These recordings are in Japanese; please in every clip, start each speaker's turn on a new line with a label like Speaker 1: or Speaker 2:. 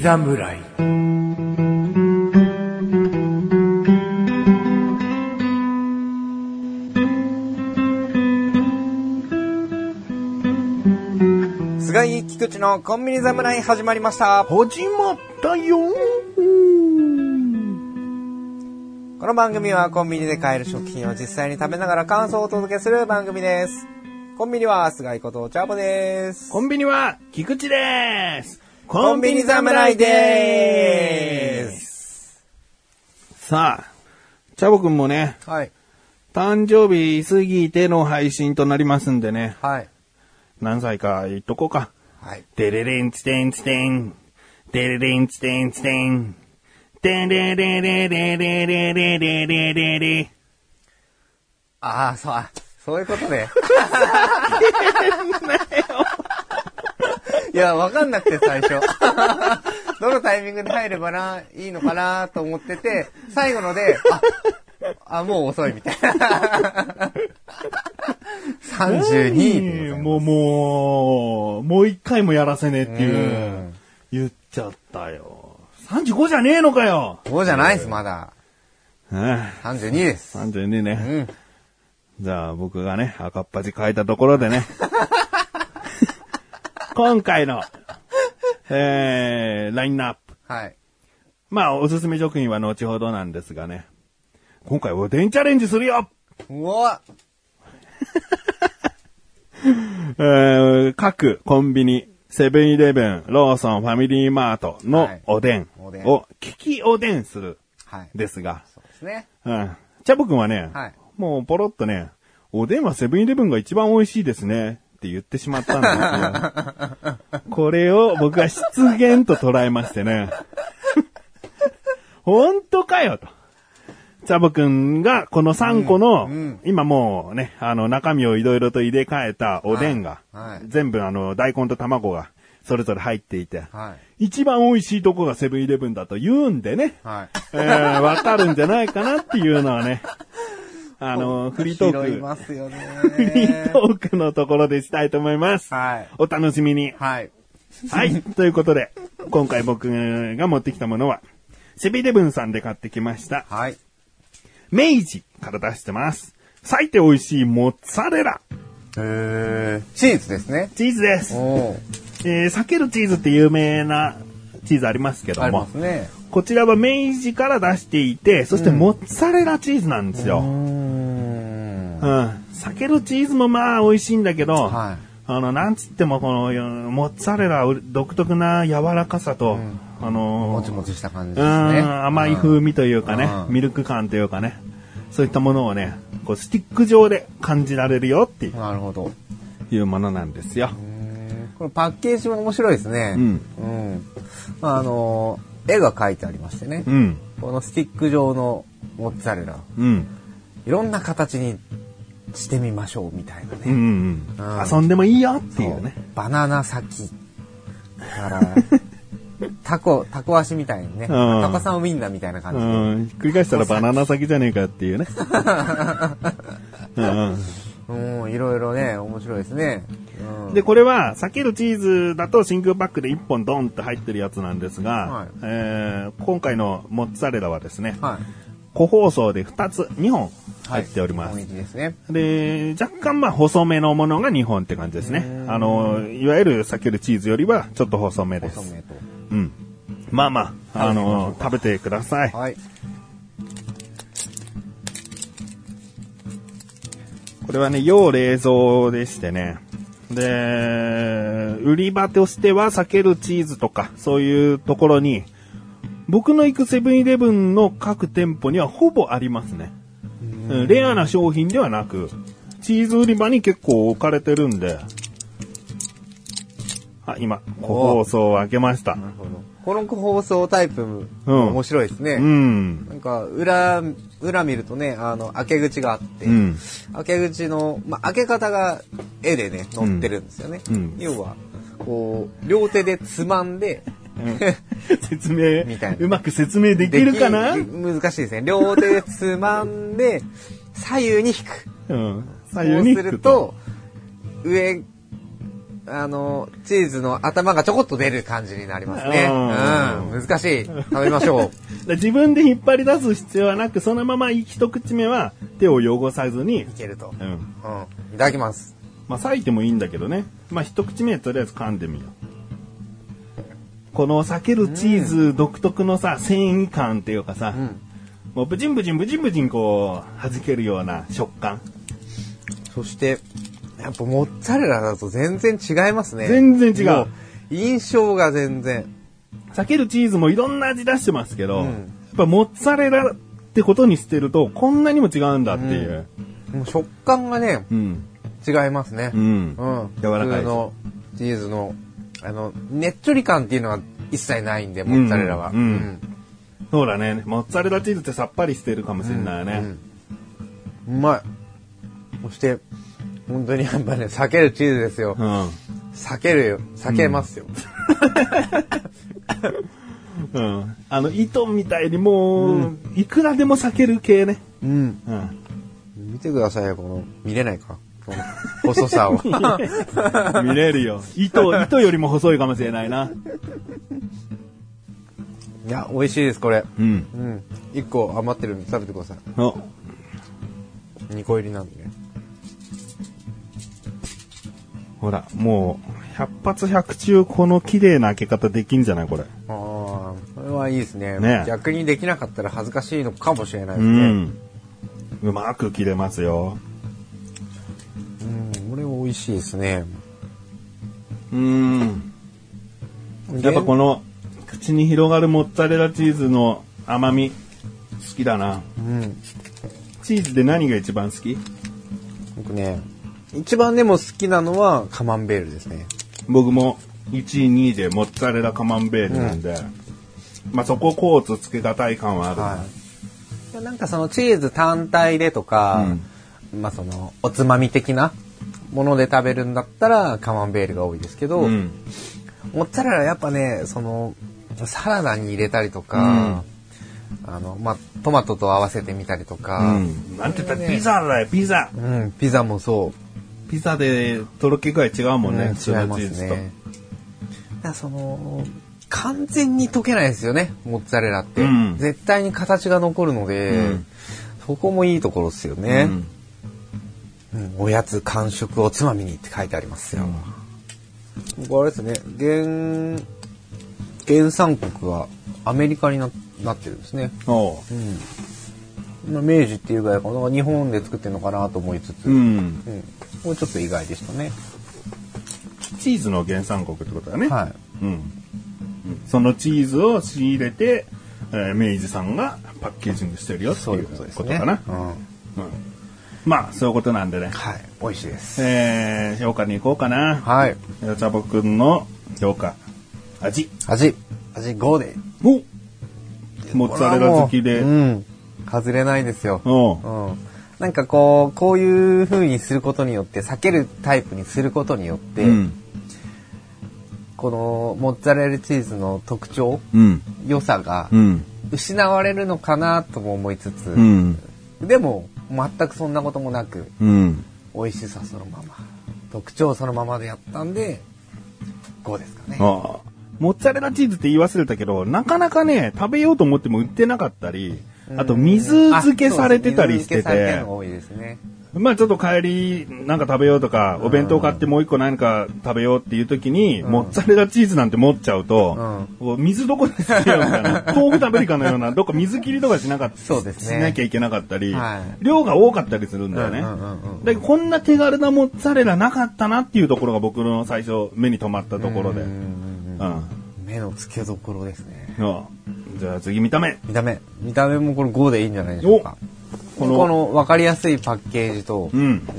Speaker 1: 侍。
Speaker 2: 菅井菊池のコンビニ侍始まりました。
Speaker 1: 始まったよ。
Speaker 2: この番組はコンビニで買える食品を実際に食べながら感想をお届けする番組です。コンビニは菅井ことチャボです。
Speaker 1: コンビニは菊池です。
Speaker 2: コンビニ侍です。
Speaker 1: さあ、チャボくんもね、
Speaker 2: はい。
Speaker 1: 誕生日過ぎての配信となりますんでね。
Speaker 2: はい。
Speaker 1: 何歳か言っとこうか。
Speaker 2: はい。
Speaker 1: デレレンツテンツテン。デレレンツテンツテン。デレレレレレレレレレレレ。
Speaker 2: ああ、そういうことね。いや、わかんなくて最初。どのタイミングで入ればいいのかなと思ってて、最後ので、もう遅いみたいな。32
Speaker 1: もう一回もやらせねえっていう、言っちゃったよ。35じゃねえのかよ。
Speaker 2: 5じゃないです、まだ。32です。
Speaker 1: 32ね。じゃあ僕がね、赤っ端書いたところでね。今回の、ラインナップ。
Speaker 2: はい。
Speaker 1: まあ、おすすめ食品は後ほどなんですがね。今回おでんチャレンジするよ。
Speaker 2: うわ
Speaker 1: 各コンビニ、セブンイレブン、ローソン、ファミリーマートのおでんを利きおでんする。ですが。
Speaker 2: そうですね。
Speaker 1: チャボくんはね、
Speaker 2: はい、
Speaker 1: もうポロッとね、おでんはセブンイレブンが一番美味しいですねって言ってしまったんですよ。これを僕は失言と捉えましてね。本当かよと。チャボくんがこの3個の、今もうね、中身をいろいろと入れ替えたおでんが、全部大根と卵がそれぞれ入っていて、一番美味しいとこがセブンイレブンだと言うんでね、わかるんじゃないかなっていうのはね、フリートーク、フリートークのところでしたいと思います。お楽しみに。はい。ということで、今回僕が持ってきたものは、セブンイレブンさんで買ってきました。
Speaker 2: はい。
Speaker 1: 明治から出してます。裂いて美味しいモッツァレラ。
Speaker 2: チーズですね。
Speaker 1: チーズです。裂けるチーズって有名なチーズありますけども。
Speaker 2: ありますね。
Speaker 1: こちらは明治から出していて、そしてモッツァレラチーズなんですよ。裂けるチーズもまあ美味しいんだけど、なんつってもこのモッツァレラ独特な柔らかさと、
Speaker 2: もちもちした感じですね。
Speaker 1: 甘い風味というかね、ミルク感というかね、そういったものをね、こうスティック状で感じられるよっていう、
Speaker 2: なるほど。
Speaker 1: いうものなんですよ。
Speaker 2: このパッケージも面白いですね。絵が描いてありましてね。このスティック状のモッツァレラ。いろんな形にしてみましょうみたいなね。
Speaker 1: 遊んでもいいよっていうね。
Speaker 2: バナナ先からタコ足みたいにね。タコさんウインナーみたいな感じで。
Speaker 1: ひっくり返したらバナナ先じゃねえかっていうね。
Speaker 2: いろいろね、面白いですね。
Speaker 1: で、これは、裂けるチーズだと真空パックで1本ドンって入ってるやつなんですが、今回のモッツァレラはですね、個包装で2本入っております。で、若干細めのものが2本って感じですね。いわゆる裂けるチーズよりはちょっと細めです。まあ、食べてください。これはね、要冷蔵でしてね。で、売り場としては裂けるチーズとか、そういうところに、僕の行くセブンイレブンの各店舗にはほぼありますね。レアな商品ではなく、チーズ売り場に結構置かれてるんで。今、個包装を開けました。なるほど。
Speaker 2: この個包装タイプ、面白いですね。なんか、裏見るとね、開け口があって、開け口の、開け方が絵でね、載ってるんですよね。要は、こう、両手でつまんで、
Speaker 1: 説明みたいな、うまく説明できるかな？
Speaker 2: 難しいですね。両手でつまんで、左右に引く。左右に引く。そうすると、 チーズの頭がちょこっと出る感じになりますね。難しい。食べましょ
Speaker 1: う。自分で引っ張り出す必要はなく、そのまま一口目は手を汚さずに。
Speaker 2: いけると。いただきます。
Speaker 1: まあ、裂いてもいいんだけどね。まあ、一口目とりあえず噛んでみよう。この裂けるチーズ独特のさ、繊維感っていうかさ、もうブチンブチンこう、弾けるような食感。
Speaker 2: そして、やっぱモッツァレラだと全然違いますね。
Speaker 1: 全然違う。
Speaker 2: 印象が全然。
Speaker 1: 裂けるチーズもいろんな味出してますけど、やっぱモッツァレラってことにしてると、こんなにも違うんだっていう。
Speaker 2: もう食感がね、違いますね。
Speaker 1: 柔らかい。
Speaker 2: 普通のチーズの、ねっちょり感っていうのは一切ないんで、モッツァレラは。
Speaker 1: そうだね。モッツァレラチーズってさっぱりしてるかもしれないね。
Speaker 2: うまい。そして、本当にやっぱね、裂けるチーズですよ。裂けますよ。
Speaker 1: 糸みたいにもう、いくらでも裂ける系ね。
Speaker 2: 見てくださいよ、この、見れないか。この細さを。
Speaker 1: 見れるよ。糸よりも細いかもしれないな。
Speaker 2: いや、美味しいです、これ。1個余ってるんで食べてください。2個入りなんでね。
Speaker 1: ほら、もう、100発100中この綺麗な開け方できんじゃないこれ。
Speaker 2: これはいいですね。逆にできなかったら恥ずかしいのかもしれないですね。
Speaker 1: うまく切れますよ。
Speaker 2: これ美味しいですね。
Speaker 1: やっぱこの、口に広がるモッツァレラチーズの甘み、好きだな。チーズで何が一番好き？
Speaker 2: 僕ね、一番でも好きなのはカマンベールですね。
Speaker 1: 僕も1位2位でモッツァレラカマンベールなんで、まあそこコーツつけがたい感はある。
Speaker 2: なんかそのチーズ単体でとか、まあそのおつまみ的なもので食べるんだったらカマンベールが多いですけど、モッツァレラやっぱね、そのサラダに入れたりとか、まあ、トマトと合わせてみたりとか。
Speaker 1: なんて言ったらピザだよ、ピザ。
Speaker 2: ピザもそう。
Speaker 1: ピザでとろけ具合違うもんね、
Speaker 2: 違いますね。だその、完全に溶けないですよね、モッツァレラって。絶対に形が残るので、そこもいいところですよね。おやつ、間食、おつまみにって書いてありますよ。僕あれですね、原産国はアメリカになってるんですね。明治っていうぐらいかな、日本で作ってるのかなと思いつつ、もうちょっと意外でしたね。
Speaker 1: チーズの原産国ってことだね。
Speaker 2: はい。
Speaker 1: そのチーズを仕入れて、明治さんがパッケージングしてるよっていうことかな。まあそういうことなんでね。
Speaker 2: はい、美味しいです。
Speaker 1: 評価に行こうかな。
Speaker 2: はい。
Speaker 1: チャボくんの評価。味
Speaker 2: 5で。
Speaker 1: モッツァレラ好きで。
Speaker 2: 外れないですよ。なんかこういう風にすることによって、避けるタイプにすることによって、このモッツァレラチーズの特徴、良さが失われるのかなとも思いつつ、でも全くそんなこともなく、美味しさそのまま、特徴そのままでやったんで、5ですかね。
Speaker 1: モッツァレラチーズって言い忘れたけど、なかなかね、食べようと思っても売ってなかったり、あと水漬けされてたりしてて、
Speaker 2: 多いですね。
Speaker 1: まあちょっと帰りなんか食べようとか、お弁当買ってもう一個何か食べようっていう時に、モッツァレラチーズなんて持っちゃうと、水どこでつけようみたいな、豆腐食べるかのような、どっか水切りとかしなきゃいけなかったり、量が多かったりするんだよね。だけどこんな手軽なモッツァレラなかったなっていうところが僕の最初目に留まったところで。
Speaker 2: 目の付けどころですね。
Speaker 1: じゃあ次見た目
Speaker 2: もこれ5でいいんじゃないでしょうか。この分かりやすいパッケージと、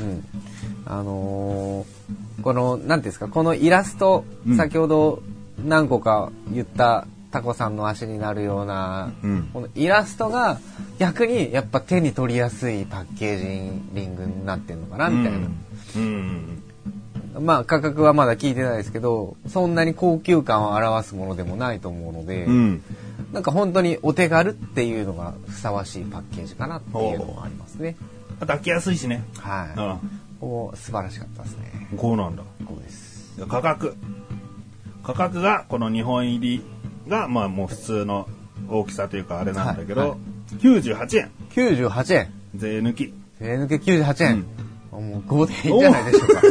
Speaker 2: この何ていうんですか、このイラスト、先ほど何個か言ったタコさんの足になるような、このイラストが逆にやっぱ手に取りやすいパッケージリングになってるのかなみたいな。まあ価格はまだ聞いてないですけど、そんなに高級感を表すものでもないと思うので、なんか本当にお手軽っていうのがふさわしいパッケージかなっていうのもありますね。
Speaker 1: あと開けやすいしね。
Speaker 2: はい。素晴らしかったですね。
Speaker 1: 5なんだ。
Speaker 2: 5です。
Speaker 1: 価格がこの2本入りがまあもう普通の大きさというかあれなんだけど、はいはい、98円。
Speaker 2: 98円。
Speaker 1: 税抜き。
Speaker 2: 税抜き98円。もう5でいいんじゃないでしょうか。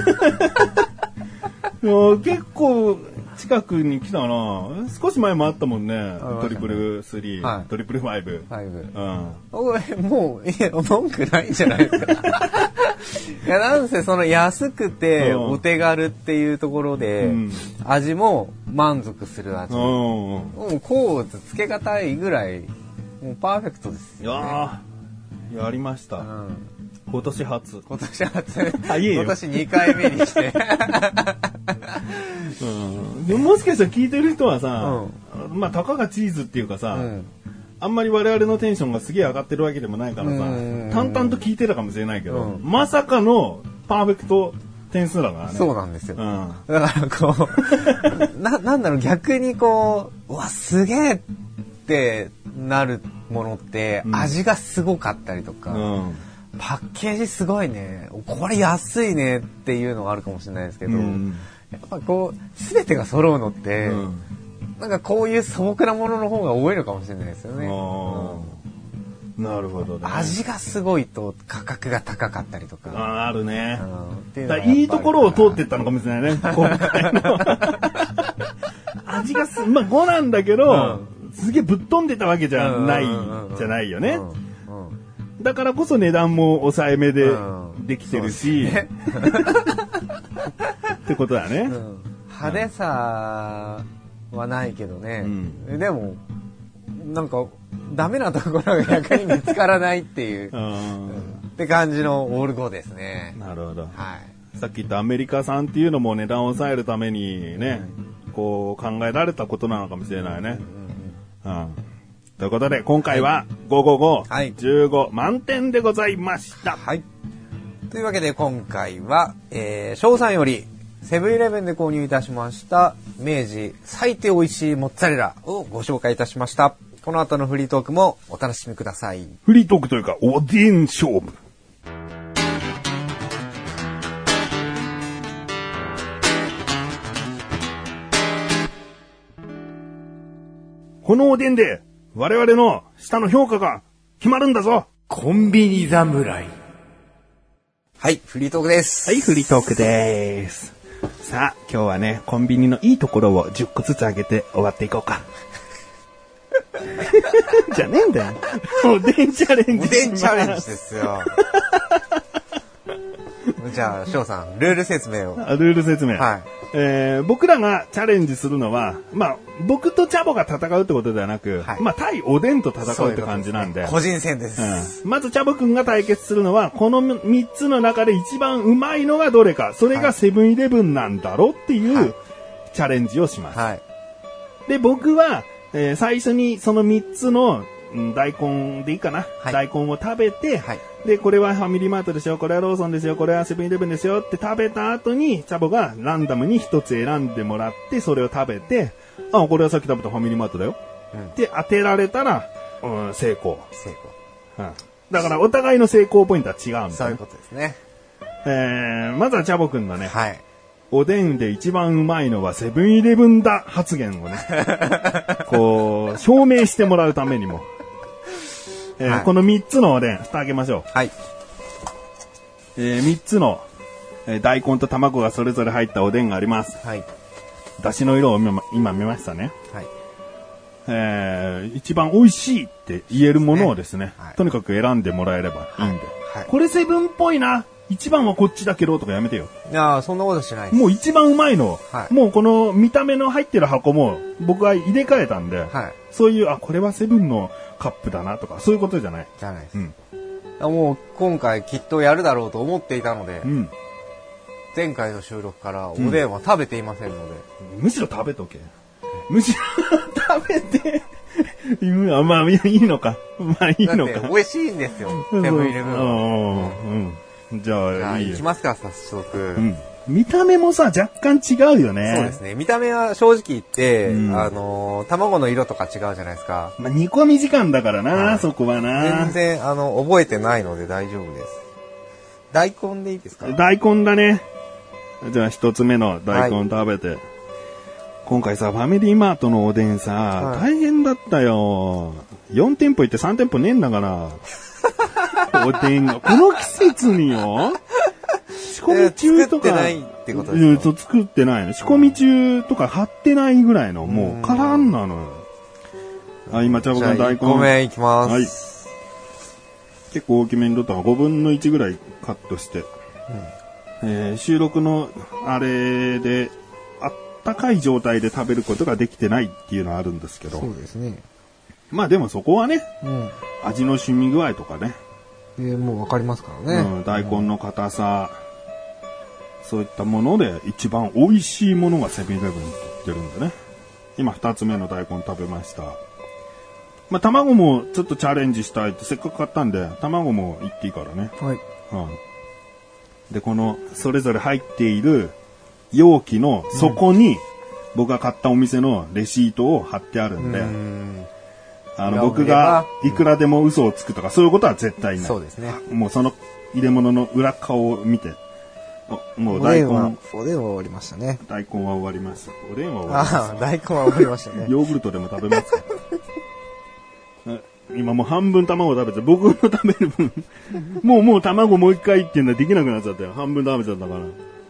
Speaker 1: 結構近くに来たな。少し前もあったもんね。トリプル3、はい、トリプル5。
Speaker 2: もう、文句ないんじゃないですか。いや、なんせその安くてお手軽っていうところで、味も満足する味。もう甲乙つけがたいぐらい、もうパーフェクトですよ、ね。
Speaker 1: やりました。今年初。
Speaker 2: 今年2回目にして。
Speaker 1: でもしかしたら聞いてる人はさ、まあ、たかがチーズっていうかさ、あんまり我々のテンションがすげえ上がってるわけでもないからさ、淡々と聞いてたかもしれないけど、まさかのパーフェクト点数だからね。
Speaker 2: そうなんですよ。だからこう、なんだろう、逆にこう、うわ、すげえってなるものって、味がすごかったりとか、パッケージすごいね、これ安いねっていうのがあるかもしれないですけど、やっぱこう、全てが揃うのって、なんかこういう素朴なものの方が多いのかもしれないですよね。
Speaker 1: なるほどね。
Speaker 2: 味がすごいと価格が高かったりとか。
Speaker 1: あるね。いいところを通っていったのかもしれないね、今回の。味がまあ5なんだけど、すげえぶっ飛んでたわけじゃないよね。だからこそ値段も抑えめでできてるし、ってことだね。
Speaker 2: 派手さはないけどね、でもなんかダメなところが逆に見つからないっていうって感じのオール5ですね。
Speaker 1: なるほど。はい。さっき言ったアメリカ産っていうのも値段を抑えるためにね、こう考えられたことなのかもしれないね。ということで今回は555、15満点でございました。
Speaker 2: はい。というわけで今回は翔さんよりセブンイレブンで購入いたしました明治最低美味しいモッツァレラをご紹介いたしました。この後のフリートークもお楽しみください。
Speaker 1: フリートークというかおでん勝負。このおでんで我々の下の評価が決まるんだぞ。
Speaker 2: コンビニ侍。はい、フリートークです。
Speaker 1: はい、フリートークです。さあ、今日はね、コンビニのいいところを10個ずつ上げて終わっていこうか。じゃねえんだよ。おでんチャレンジ。
Speaker 2: おでんチャレンジですよ。じゃあ、翔さん、ルール説明を。
Speaker 1: ルール説明。はい。僕らがチャレンジするのは、まあ、僕とチャボが戦うってことではなく、まあ、対おでんと戦うって感じなんで。
Speaker 2: 個人戦です。
Speaker 1: まずチャボくんが対決するのは、この3つの中で一番うまいのがどれか、それがセブンイレブンなんだろうっていうチャレンジをします。はい。で、僕は、最初にその3つの大根でいいかな、大根を食べて、で、これはファミリーマートですよ、これはローソンですよ、これはセブンイレブンですよって食べた後に、チャボがランダムに1つ選んでもらって、それを食べて、あ、これはさっき食べたファミリーマートだよ。で、当てられたら、成功。成功。だから、お互いの成功ポイントは違うんだ、ね。
Speaker 2: そういうことですね。
Speaker 1: まずはチャボくんのね、おでんで一番うまいのはセブンイレブンだ発言をね、こう、証明してもらうためにも、この3つのおでん、蓋開けましょう。はい。3つの、大根と卵がそれぞれ入ったおでんがあります。はい。出汁の色を今見ましたね。はい。一番美味しいって言えるものをですね、とにかく選んでもらえればいいんで。はい。これセブンっぽいな。一番はこっちだけどとかやめてよ。
Speaker 2: いやそんなことしないです。
Speaker 1: もう一番うまいの、もうこの見た目の入ってる箱も僕は入れ替えたんで、そういう、これはセブンのカップだなとか、そういうことじゃない。
Speaker 2: じゃないです。もう今回きっとやるだろうと思っていたので、前回の収録からおでんは食べていませんので。
Speaker 1: むしろ食べとけ。むしろ食べて。まあいいのか。まあいいのか。
Speaker 2: だって美味しいんですよ。セブンイレブンは。
Speaker 1: じゃあいいよ。
Speaker 2: 行きますか、早速。
Speaker 1: 見た目もさ、若干違うよね。
Speaker 2: そうですね。見た目は正直言って、卵の色とか違うじゃないですか。
Speaker 1: まあ、煮込み時間だからな、そこはな。
Speaker 2: 全然、覚えてないので大丈夫です。大根でいいですか？
Speaker 1: 大根だね。 じゃあ一つ目の大根食べて。はい、今回さ、ファミリーマートのおでんさ、はい、大変だったよ。4店舗行って3店舗ねえんだから。おでんが、この季節によ。仕込み中とか。
Speaker 2: 作ってないってことですか？
Speaker 1: そう、作ってないの。仕込み中とか貼ってないぐらいの、もう、からんなのよ。あ、今、茶葉の大根。
Speaker 2: 1個目いきます。はい。
Speaker 1: 結構大きめに取ったの5分の1ぐらいカットして。収録のあれで、あったかい状態で食べることができてないっていうのはあるんですけど。
Speaker 2: そうですね。
Speaker 1: まあでもそこはね、味の染み具合とかね。
Speaker 2: もうわかりますからね。
Speaker 1: 大根の硬さ、そういったもので一番美味しいものがセブンイレブンに売ってるんでね。今2つ目の大根食べました。まあ卵もちょっとチャレンジしたいってせっかく買ったんで、卵もいっていいからね。
Speaker 2: はい。
Speaker 1: で、このそれぞれ入っている容器の底に僕が買ったお店のレシートを貼ってあるんで、僕がいくらでも嘘をつくとかそういうことは絶対ない。
Speaker 2: そうですね。
Speaker 1: もうその入れ物の裏顔を見て、もう大根は
Speaker 2: 終わりましたね。
Speaker 1: 大根は終わりました。おでんは終わりました。
Speaker 2: ああ、大根は終わりましたね。
Speaker 1: ヨーグルトでも食べますか？今もう半分卵食べて、僕の食べる分、もう卵もう一回っていうのはできなくなっちゃったよ。半分食べちゃったから。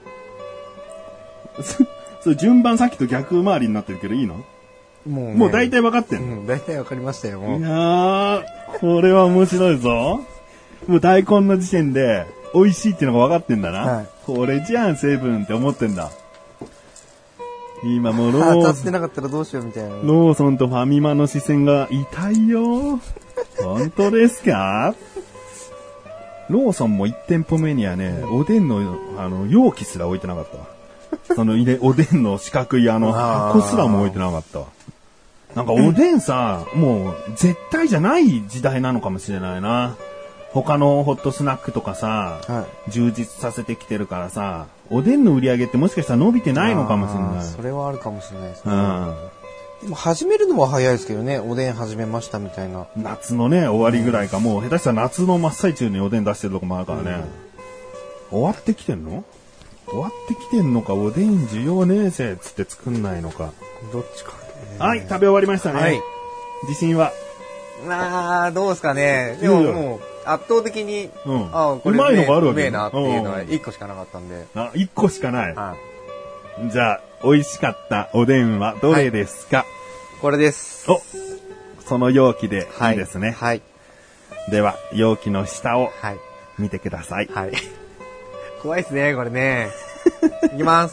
Speaker 1: そう順番さっきと逆回りになってるけどいいの？もう大体分かってんの？
Speaker 2: 大体分かりましたよ、もう。
Speaker 1: いやー、これは面白いぞ。もう大根の時点で美味しいっていうのが分かってんだな。はい、これじゃん、セブンって思ってんだ。今もう
Speaker 2: 当たってなかったらどうしようみたいな。
Speaker 1: ローソンとファミマの視線が痛いよ。本当ですか？ローソンも1店舗目にはね、おでんの容器すら置いてなかったわ。そのおでんの四角い箱すらも置いてなかったわ。なんかおでんさ、もう絶対じゃない時代なのかもしれないな。他のホットスナックとかさ、充実させてきてるからさ、おでんの売り上げってもしかしたら伸びてないのかもしれない。
Speaker 2: それはあるかもしれないですね。でも始めるのは早いですけどね、おでん始めましたみたいな。
Speaker 1: 夏のね、終わりぐらいか、もう下手したら夏の真っ最中におでん出してるとこもあるからね。終わってきてんの？終わってきてんのか、おでん需要ねえぜつって作んないのか。
Speaker 2: どっちかね。
Speaker 1: はい、食べ終わりましたね。はい。自信は？
Speaker 2: どうですかね。でももう、圧倒的に、これう
Speaker 1: まいのがあるわけ。
Speaker 2: うめえなっていうのは1個しかなかったんで。
Speaker 1: 1個しかない。じゃあ、美味しかったおでんはどれですか？
Speaker 2: これです。
Speaker 1: その容器でいいですね。
Speaker 2: はい。
Speaker 1: では、容器の下を見てください。
Speaker 2: はい。怖いですね、これね。いきます。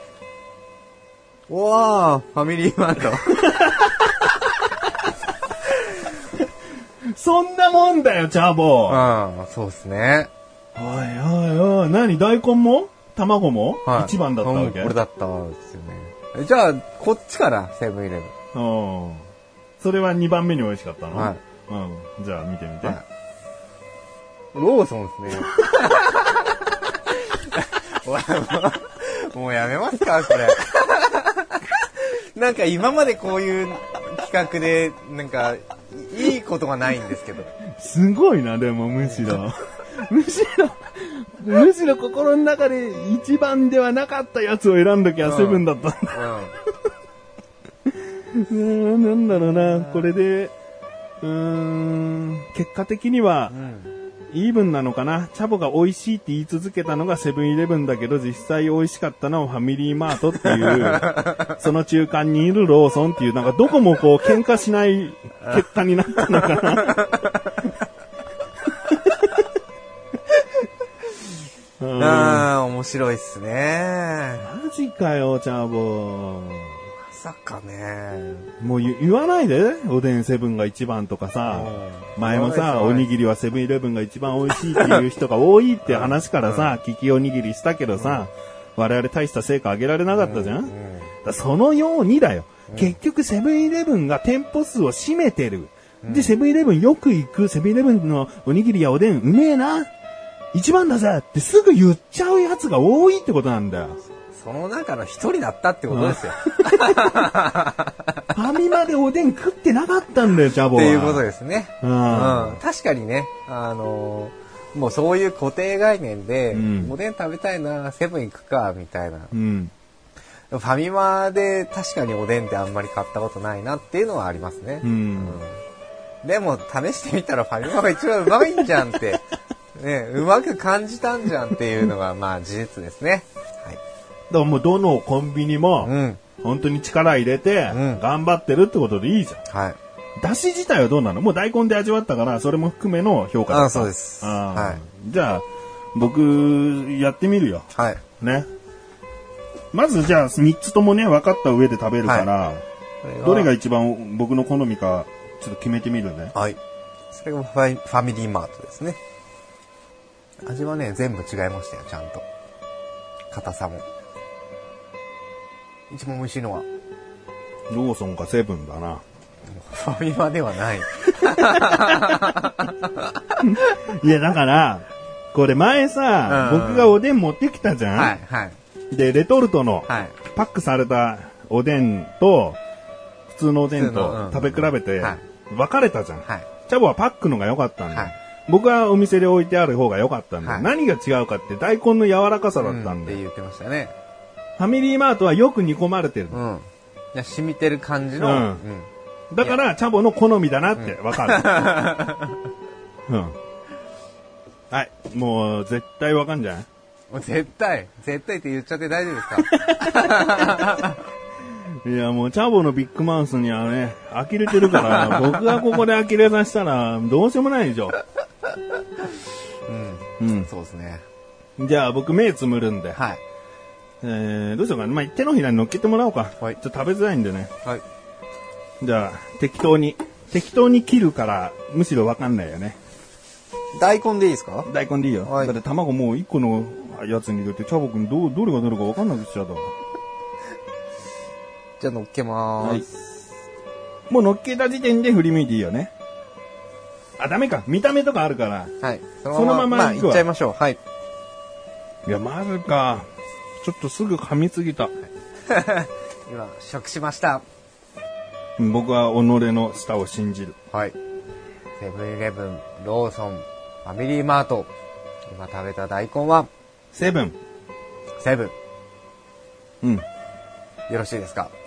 Speaker 2: おー、ファミリーマート。
Speaker 1: そんなもんだよ、チャボ。
Speaker 2: そうですね。
Speaker 1: おい、何、大根も卵も、一番だったわけ？
Speaker 2: これだったんですよね。じゃあ、こっちからセブンイレブン。
Speaker 1: それは2番目に美味しかったの？はい。じゃあ、見てみて。
Speaker 2: ローソンですね。もうやめますか、これ。なんか今までこういう企画で、なんか、いいことがないんですけど。
Speaker 1: すごいな、でもむしろ心の中で一番ではなかったやつを選んどきゃセブンだったんだ。なんだろうな、これで、結果的には、イーブンなのかな。チャボが美味しいって言い続けたのがセブンイレブンだけど、実際美味しかったのはファミリーマートっていう、その中間にいるローソンっていう、なんかどこもこう喧嘩しない結果になったのか
Speaker 2: な。面白いっすね。
Speaker 1: マジかよ、チャボ。
Speaker 2: まさかね。
Speaker 1: もう言わないで、おでんセブンが一番とかさ、前もさ、おにぎりはセブンイレブンが一番美味しいっていう人が多いって話からさ、利きおにぎりしたけどさ、我々大した成果上げられなかったじゃん？そのようにだよ。結局セブンイレブンが店舗数を占めてる。で、セブンイレブンよく行くセブンイレブンのおにぎりやおでんうめえな。一番だぜってすぐ言っちゃうやつが多いってことなんだよ。
Speaker 2: その中の一人だったってことですよ。フ
Speaker 1: ァミマでおでん食ってなかったんだよ、チャボは。
Speaker 2: っていうことですね。確かにね、 もうそういう固定概念で、おでん食べたいな、セブン行くか、みたいな。ファミマで確かにおでんってあんまり買ったことないなっていうのはありますね。でも試してみたらファミマが一番うまいんじゃんって、ね、うまく感じたんじゃんっていうのがまあ事実ですね。はい。だ
Speaker 1: からもうどのコンビニも、本当に力入れて、頑張ってるってことでいいじゃん。はい。だし自体はどうなの？もう大根で味わったから、それも含めの評価だった。
Speaker 2: そうです。はい。
Speaker 1: じゃあ、僕、やってみるよ。
Speaker 2: はい。
Speaker 1: ね。まずじゃあ、3つともね、分かった上で食べるから、どれが一番僕の好みか、ちょっと決めてみるね。
Speaker 2: はい。それがファミリーマートですね。味はね、全部違いましたよ、ちゃんと。硬さも。一番美味しいのは
Speaker 1: ローソンかセブンだな。
Speaker 2: ファミマではない。
Speaker 1: いや、だから、これ前さ、僕がおでん持ってきたじゃん。
Speaker 2: はいはい。
Speaker 1: で、レトルトのパックされたおでんと、普通のおでんと食べ比べて、分かれたじゃん。はい、チャボはパックのが良かったんだよ。はい、僕はお店で置いてある方が良かったんだよ。はい、何が違うかって大根の柔らかさだったんだよ。
Speaker 2: って言ってましたね。
Speaker 1: ファミリーマートはよく煮込まれてる。
Speaker 2: いや、染みてる感じの。
Speaker 1: だから、チャボの好みだなって分かる。はい。もう、絶対分かんじゃない？
Speaker 2: もう絶対って言っちゃって大丈夫ですか？
Speaker 1: いや、もう、チャボのビッグマウスにはね、呆れてるから、僕がここで呆れさせたら、どうしようもないでしょ。
Speaker 2: そうですね。
Speaker 1: じゃあ、僕、目つむるんで。
Speaker 2: はい。
Speaker 1: どうしようかな。まあ、手のひらに乗っけてもらおうか。
Speaker 2: はい。
Speaker 1: ちょっと食べづらいんでね。
Speaker 2: はい。
Speaker 1: じゃあ、適当に切るから、むしろわかんないよね。
Speaker 2: 大根でいいですか？
Speaker 1: 大根でいいよ。はい。だって卵もう1個のやつに入れて、チャボくんどれがどれかわかんなくしちゃった。
Speaker 2: じゃあ乗っけまーす。はい。
Speaker 1: もう乗っけた時点で振り向いていいよね。あ、ダメか。見た目とかあるから。
Speaker 2: はい。
Speaker 1: そのまま
Speaker 2: いっちゃいましょう。はい。
Speaker 1: いや、まずか。ちょっとすぐ噛みすぎた。
Speaker 2: 今、食しました。
Speaker 1: 僕は己の舌を信じる。
Speaker 2: はい。セブンイレブン、ローソン、ファミリーマート。今食べた大根は
Speaker 1: セブン。うん。
Speaker 2: よろしいですか？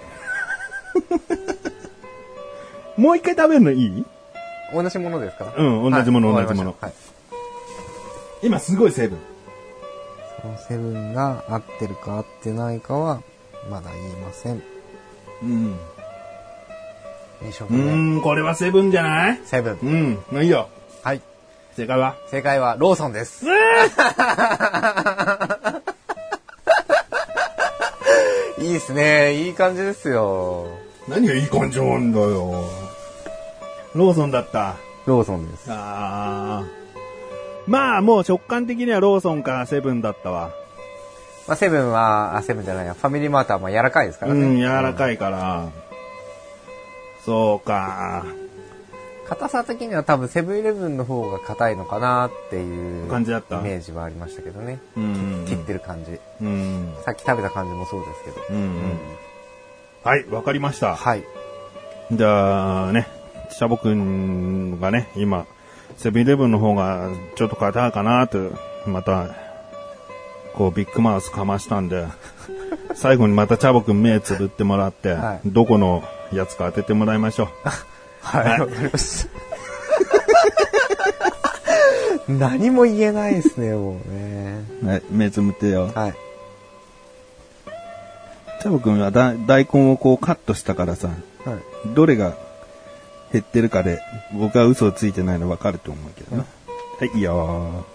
Speaker 1: もう一回食べるのいい？
Speaker 2: 同じものですか？
Speaker 1: うん、同じもの。はい。今すごいセブン。
Speaker 2: そのセブンが合ってるか合ってないかは、まだ言いません。2色目。
Speaker 1: これはセブンじゃない？
Speaker 2: セブン。
Speaker 1: いいよ。
Speaker 2: はい。
Speaker 1: 正解は
Speaker 2: ローソンです。いいですね。いい感じですよ。
Speaker 1: 何がいい感じなんだよ。ローソンだった。
Speaker 2: ローソンです。
Speaker 1: まあもう食感的にはローソンかセブンだったわ。
Speaker 2: まあセブンじゃないや。ファミリーマートはまあ柔らかいですからね。
Speaker 1: 柔らかいから。そうか。
Speaker 2: 硬さ的には多分セブンイレブンの方が硬いのかなっていう
Speaker 1: 感じだった。
Speaker 2: イメージはありましたけどね。切ってる感じ。さっき食べた感じもそうですけど。
Speaker 1: はい、わかりました。
Speaker 2: はい。
Speaker 1: じゃあね、シャボくんがね、今、セブンイレブンの方がちょっと硬いかなと、また、こうビッグマウスかましたんで、最後にまたチャボくん目つぶってもらって、どこのやつか当ててもらいましょう。
Speaker 2: はい、わかりました。何も言えないですね、もうね。
Speaker 1: はい、目つむってよ。
Speaker 2: はい。
Speaker 1: チャボくんは大根をこうカットしたからさ、どれが減ってるかで、僕は嘘をついてないの分かると思うけどな。はい、いいよ。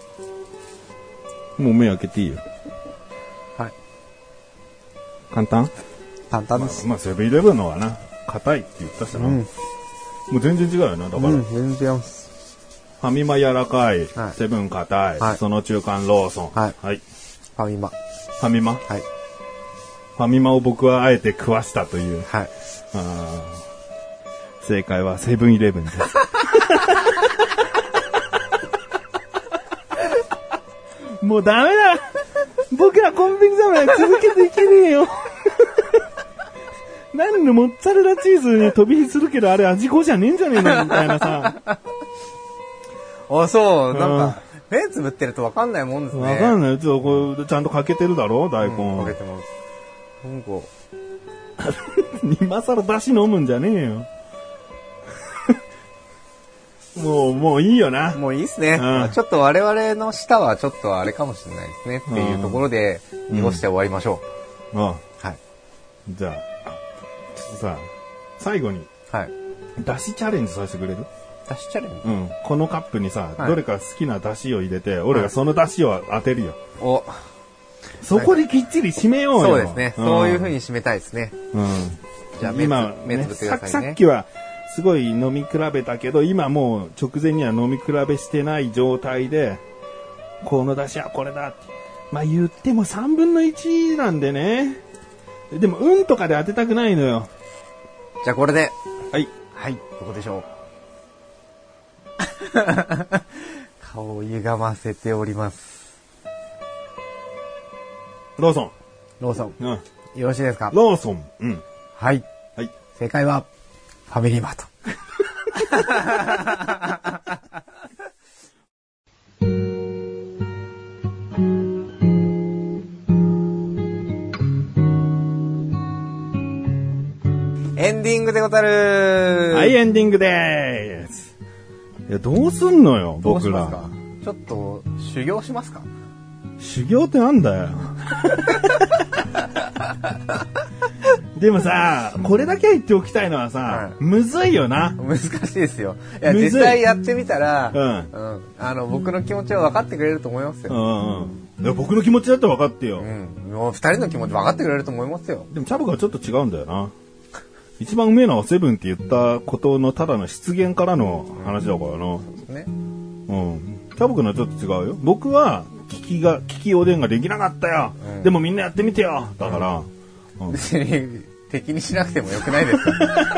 Speaker 1: もう目開けていいよ。
Speaker 2: はい。
Speaker 1: 簡単
Speaker 2: です。
Speaker 1: まあ、セブンイレブンのはな、硬いって言ったしな。もう全然違うよな、だから。
Speaker 2: 全然違います。
Speaker 1: ファミマ柔らかい、セブン硬い、その中間ローソン。はい。
Speaker 2: ファミマ。
Speaker 1: ファミマ？
Speaker 2: はい。
Speaker 1: ファミマを僕はあえて食わしたという。
Speaker 2: はい。
Speaker 1: 正解はセブンイレブンです。もうダメだ。僕らコンビニ侍続けていけねえよ。何のモッツァレラチーズに飛び火するけどあれ味5じゃねえんじゃねえのみたいなさ。
Speaker 2: そう、なんか、 目つぶってるとわかんないもんですね。
Speaker 1: わかんない。これちゃんとかけてるだろ大根。
Speaker 2: かけてます。
Speaker 1: 今更出汁飲むんじゃねえよ。もういいよな。
Speaker 2: もういいっすね。ちょっと我々の舌はちょっとあれかもしれないですね。っていうところで、濁して終わりましょう。はい。
Speaker 1: じゃあ、ちょっとさ、最後に、はい。出汁チャレンジさせてくれる？
Speaker 2: 出汁チャレンジ？
Speaker 1: このカップにさ、どれか好きな出汁を入れて、俺がその出汁を当てるよ。そこできっちり締めようよ。
Speaker 2: そうですね。そういう風に締めたいですね。じゃあ、今、目つぶってくださいね。
Speaker 1: さっきは、すごい飲み比べたけど、今もう直前には飲み比べしてない状態で、この出汁はこれだって。まあ言っても3分の1なんでね。でも、とかで当てたくないのよ。
Speaker 2: じゃあこれで。
Speaker 1: はい。
Speaker 2: はい、どこでしょう。顔を歪ませております。
Speaker 1: ローソン。
Speaker 2: ローソン。よろしいですか？
Speaker 1: ローソン。
Speaker 2: はい。はい。正解は、ファミリーマート。エンディングでござる。
Speaker 1: はい、エンディングでーす。いや、どうすんのよ、僕ら。
Speaker 2: ちょっと、修行しますか？
Speaker 1: 修行ってなんだよ。でもさ、これだけは言っておきたいのはさ、むずいよな。
Speaker 2: 難しいですよ。いや、実際やってみたら、僕の気持ちは分かってくれると思いますよ。
Speaker 1: いや、僕の気持ちだって分かってよ。
Speaker 2: もう二人の気持ち分かってくれると思いますよ。
Speaker 1: でも、チャブがちょっと違うんだよな。一番うめえのはセブンって言ったことのただの出現からの話だからな。そうですね。チャブ君のはちょっと違うよ。僕は、聞きおでんができなかったよ。でもみんなやってみてよ。だから、
Speaker 2: 別に敵にしなくてもよくないですか？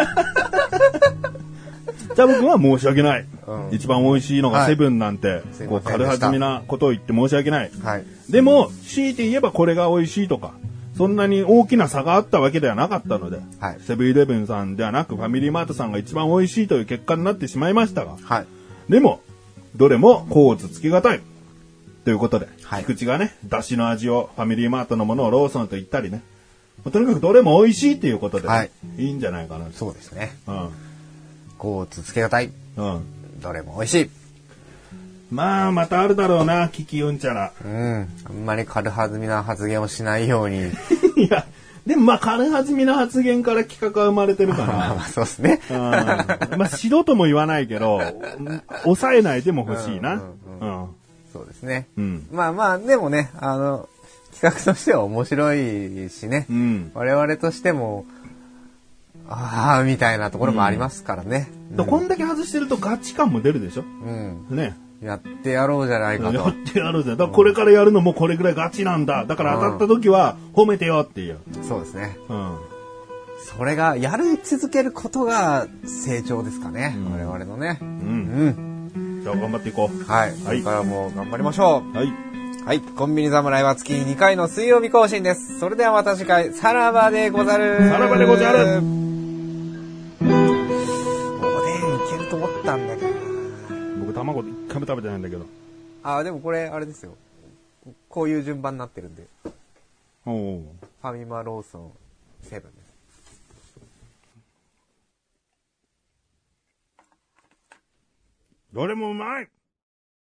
Speaker 1: チャブ君は申し訳ない。一番美味しいのがセブンなんて、こう軽はずみなことを言って申し訳ない。でも、強いて言えばこれが美味しいとか、そんなに大きな差があったわけではなかったので、セブンイレブンさんではなくファミリーマートさんが一番美味しいという結果になってしまいましたが、でも、どれも甲乙つきがたい。ということで、菊池がね、出汁の味をファミリーマートのものをローソンと言ったりね、とにかくどれも美味しいということで、いいんじゃないかな。
Speaker 2: そうですね。甲乙つけがたい。どれも美味しい。
Speaker 1: まあ、またあるだろうな、キキうんちゃら。
Speaker 2: あんまり軽はずみな発言をしないように。
Speaker 1: いや、でもまあ、軽はずみな発言から企画は生まれてるから。
Speaker 2: まあ、そうですね。
Speaker 1: まあ、しろとも言わないけど、抑えないでも欲しいな。
Speaker 2: そうですね。まあまあ、でもね、企画としては面白いしね。我々としても、みたいなところもありますからね。
Speaker 1: こんだけ外してるとガチ感も出るでしょ。ね。
Speaker 2: やってやろうじゃないかと。
Speaker 1: やってやろうじゃん。だからこれからやるのもこれぐらいガチなんだ。だから当たった時は褒めてよっていう。
Speaker 2: そうですね。それがやり続けることが成長ですかね。我々のね。
Speaker 1: じゃあ頑張っていこう。
Speaker 2: はい。これからも頑張りましょう。
Speaker 1: はい。
Speaker 2: はい。コンビニ侍は月2回の水曜日更新です。それではまた次回、さらばでござる。
Speaker 1: さらばでござる。
Speaker 2: おでんいけると思ったんだけど。
Speaker 1: 僕卵一回も食べてないんだけど。
Speaker 2: でもこれ、あれですよ。こういう順番になってるんで。ファミマ、ローソン、セブンです。
Speaker 1: どれもうまい。